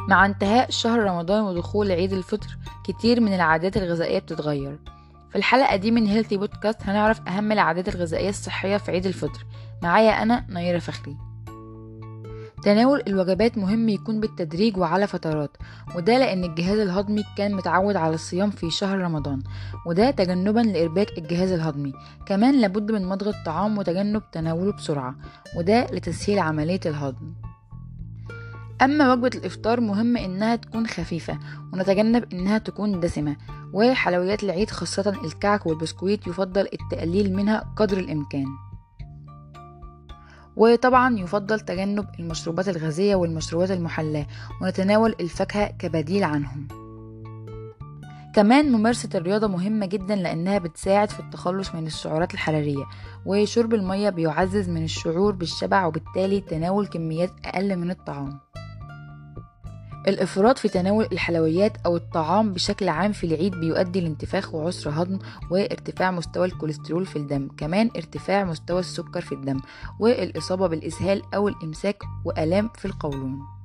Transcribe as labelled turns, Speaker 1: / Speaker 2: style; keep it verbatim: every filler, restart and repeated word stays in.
Speaker 1: مع انتهاء شهر رمضان ودخول عيد الفطر كتير من العادات الغذائية بتتغير. في الحلقة دي من هيلثي بودكاست هنعرف أهم العادات الغذائية الصحية في عيد الفطر. معايا أنا نيرة فخري. تناول الوجبات مهم يكون بالتدريج وعلى فترات، وده لأن الجهاز الهضمي كان متعود على الصيام في شهر رمضان، وده تجنبا لإرباك الجهاز الهضمي. كمان لابد من مضغ الطعام وتجنب تناوله بسرعة، وده لتسهيل عملية الهضم. أما وجبة الإفطار مهم إنها تكون خفيفة، ونتجنب إنها تكون دسمة، وحلويات العيد خاصة الكعك والبسكويت يفضل التقليل منها قدر الإمكان. وطبعا يفضل تجنب المشروبات الغازية والمشروبات المحلاة، ونتناول الفاكهة كبديل عنهم. كمان ممارسة الرياضة مهمة جدا لأنها بتساعد في التخلص من السعرات الحرارية، وشرب المياه بيعزز من الشعور بالشبع، وبالتالي تناول كميات أقل من الطعام. الإفراط في تناول الحلويات أو الطعام بشكل عام في العيد بيؤدي لانتفاخ وعسر هضم وارتفاع مستوى الكوليسترول في الدم، كمان ارتفاع مستوى السكر في الدم، والإصابة بالإسهال أو الإمساك وآلام في القولون.